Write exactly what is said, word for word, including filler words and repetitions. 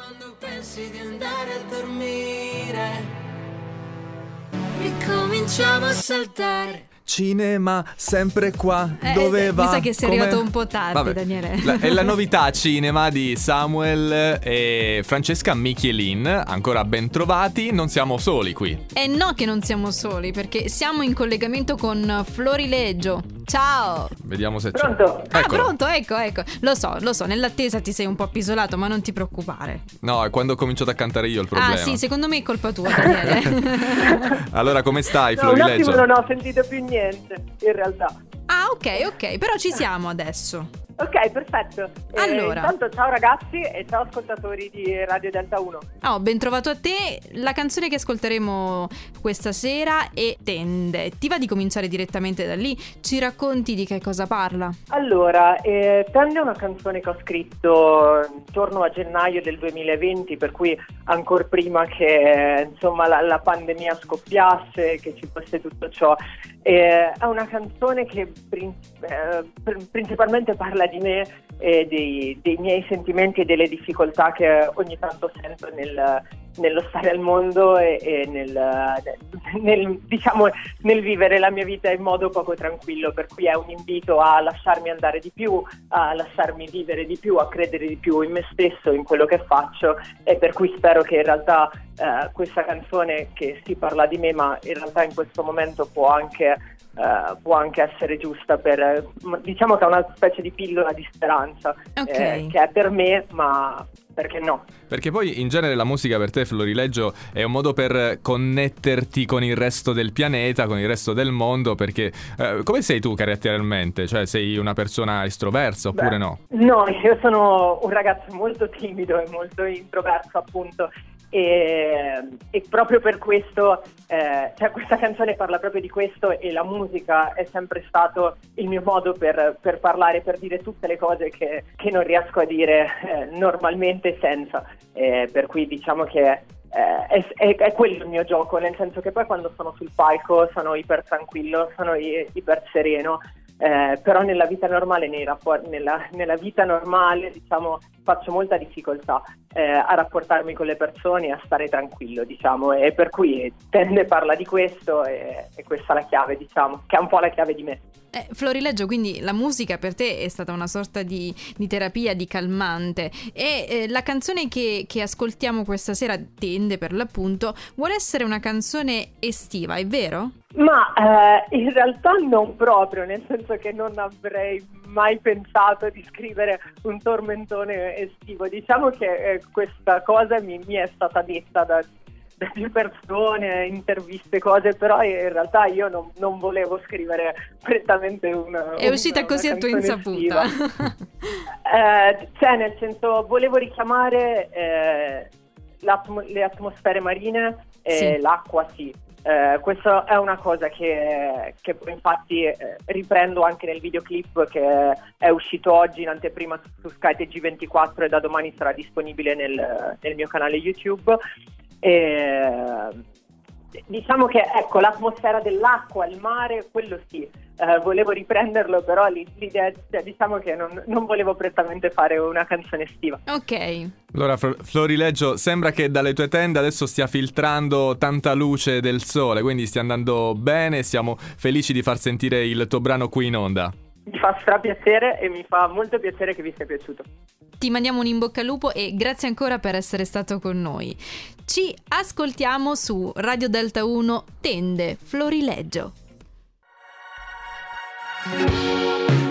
Quando pensi di andare a dormire, ricominciamo a saltare. Cinema, sempre qua, eh, dove eh, va? Mi sa che sei Come... arrivato un po' tardi, Vabbè, Daniele. la, è la novità cinema di Samuel e Francesca Michelin. Ancora ben trovati, non siamo soli qui. E no che non siamo soli, perché siamo in collegamento con Florileggio. Ciao. Vediamo se Pronto? c'è. Ah, Eccolo. pronto, ecco, ecco. Lo so, lo so, nell'attesa ti sei un po' appisolato, ma non ti preoccupare. No, è quando ho cominciato a cantare io il problema. Ah sì, secondo me è colpa tua, Daniele. Allora, come stai, No, un Florileggio? attimo non ho sentito più niente, in realtà. Ah, ok, ok, però ci siamo adesso. Ok, perfetto. Eh, Allora. Intanto ciao ragazzi e ciao ascoltatori di Radio Delta uno. Oh, ben trovato a te. La canzone che ascolteremo questa sera è Tende. Ti va di cominciare direttamente da lì? Ci racconti di che cosa parla? Allora, eh, Tende è una canzone che ho scritto intorno a gennaio del duemilaventi, per cui ancora prima che eh, insomma la, la pandemia scoppiasse, che ci fosse tutto ciò. Eh, è una canzone che prin- eh, pr- principalmente parla di me e dei, dei miei sentimenti e delle difficoltà che ogni tanto sento nel, nello stare al mondo e, e nel, nel, diciamo, nel vivere la mia vita in modo poco tranquillo, per cui è un invito a lasciarmi andare di più, a lasciarmi vivere di più, a credere di più in me stesso, in quello che faccio, e per cui spero che in realtà eh, questa canzone, che si parla di me ma in realtà in questo momento può anche Uh, può anche essere giusta per, diciamo che è una specie di pillola di speranza, Okay. eh, che è per me, ma perché no? Perché poi in genere la musica per te, Florileggio, è un modo per connetterti con il resto del pianeta, con il resto del mondo, perché eh, come sei tu caratterialmente? Cioè, sei una persona estroversa oppure Beh, no? No, io sono un ragazzo molto timido e molto introverso, appunto, e, e proprio per questo, eh, cioè questa canzone parla proprio di questo, e la musica è sempre stato il mio modo per, per parlare, per dire tutte le cose che, che non riesco a dire eh, normalmente senza, eh, per cui diciamo che eh, è, è, è quello il mio gioco, nel senso che poi quando sono sul palco sono iper tranquillo, sono i- iper sereno. Eh, però nella vita normale, nei rapport- nella, nella vita normale, diciamo, faccio molta difficoltà eh, a rapportarmi con le persone e a stare tranquillo, diciamo, e per cui Tende parla di questo, e, e questa è la chiave, diciamo, che è un po' la chiave di me. Eh, Florileggio, quindi la musica per te è stata una sorta di, di terapia, di calmante, e eh, la canzone che, che ascoltiamo questa sera, Tende per l'appunto, vuole essere una canzone estiva, è vero? Ma eh, in realtà non proprio, nel senso che non avrei mai pensato di scrivere un tormentone estivo. Diciamo che eh, questa cosa mi, mi è stata detta da, da più persone, interviste, cose, però in realtà io non, non volevo scrivere prettamente una È uscita una, così una a tua canzone insaputa. estiva. eh, cioè, nel senso, volevo richiamare eh, l'atmo- le atmosfere marine e Sì. l'acqua, sì. Eh, questa è una cosa che, che infatti eh, riprendo anche nel videoclip, che è uscito oggi in anteprima su Sky T G ventiquattro e da domani sarà disponibile nel, nel mio canale YouTube. E, diciamo che ecco, l'atmosfera dell'acqua, il mare, quello sì, eh, volevo riprenderlo, però l'idea, cioè, diciamo che non, non volevo prettamente fare una canzone estiva. Ok. Allora, Fl- Florileggio, sembra che dalle tue tende adesso stia filtrando tanta luce del sole, quindi stia andando bene, siamo felici di far sentire il tuo brano qui in onda. Mi fa strapiacere e mi fa molto piacere che vi sia piaciuto. Ti mandiamo un in bocca al lupo e grazie ancora per essere stato con noi. Ci ascoltiamo su Radio Delta uno, Tende, Florileggio.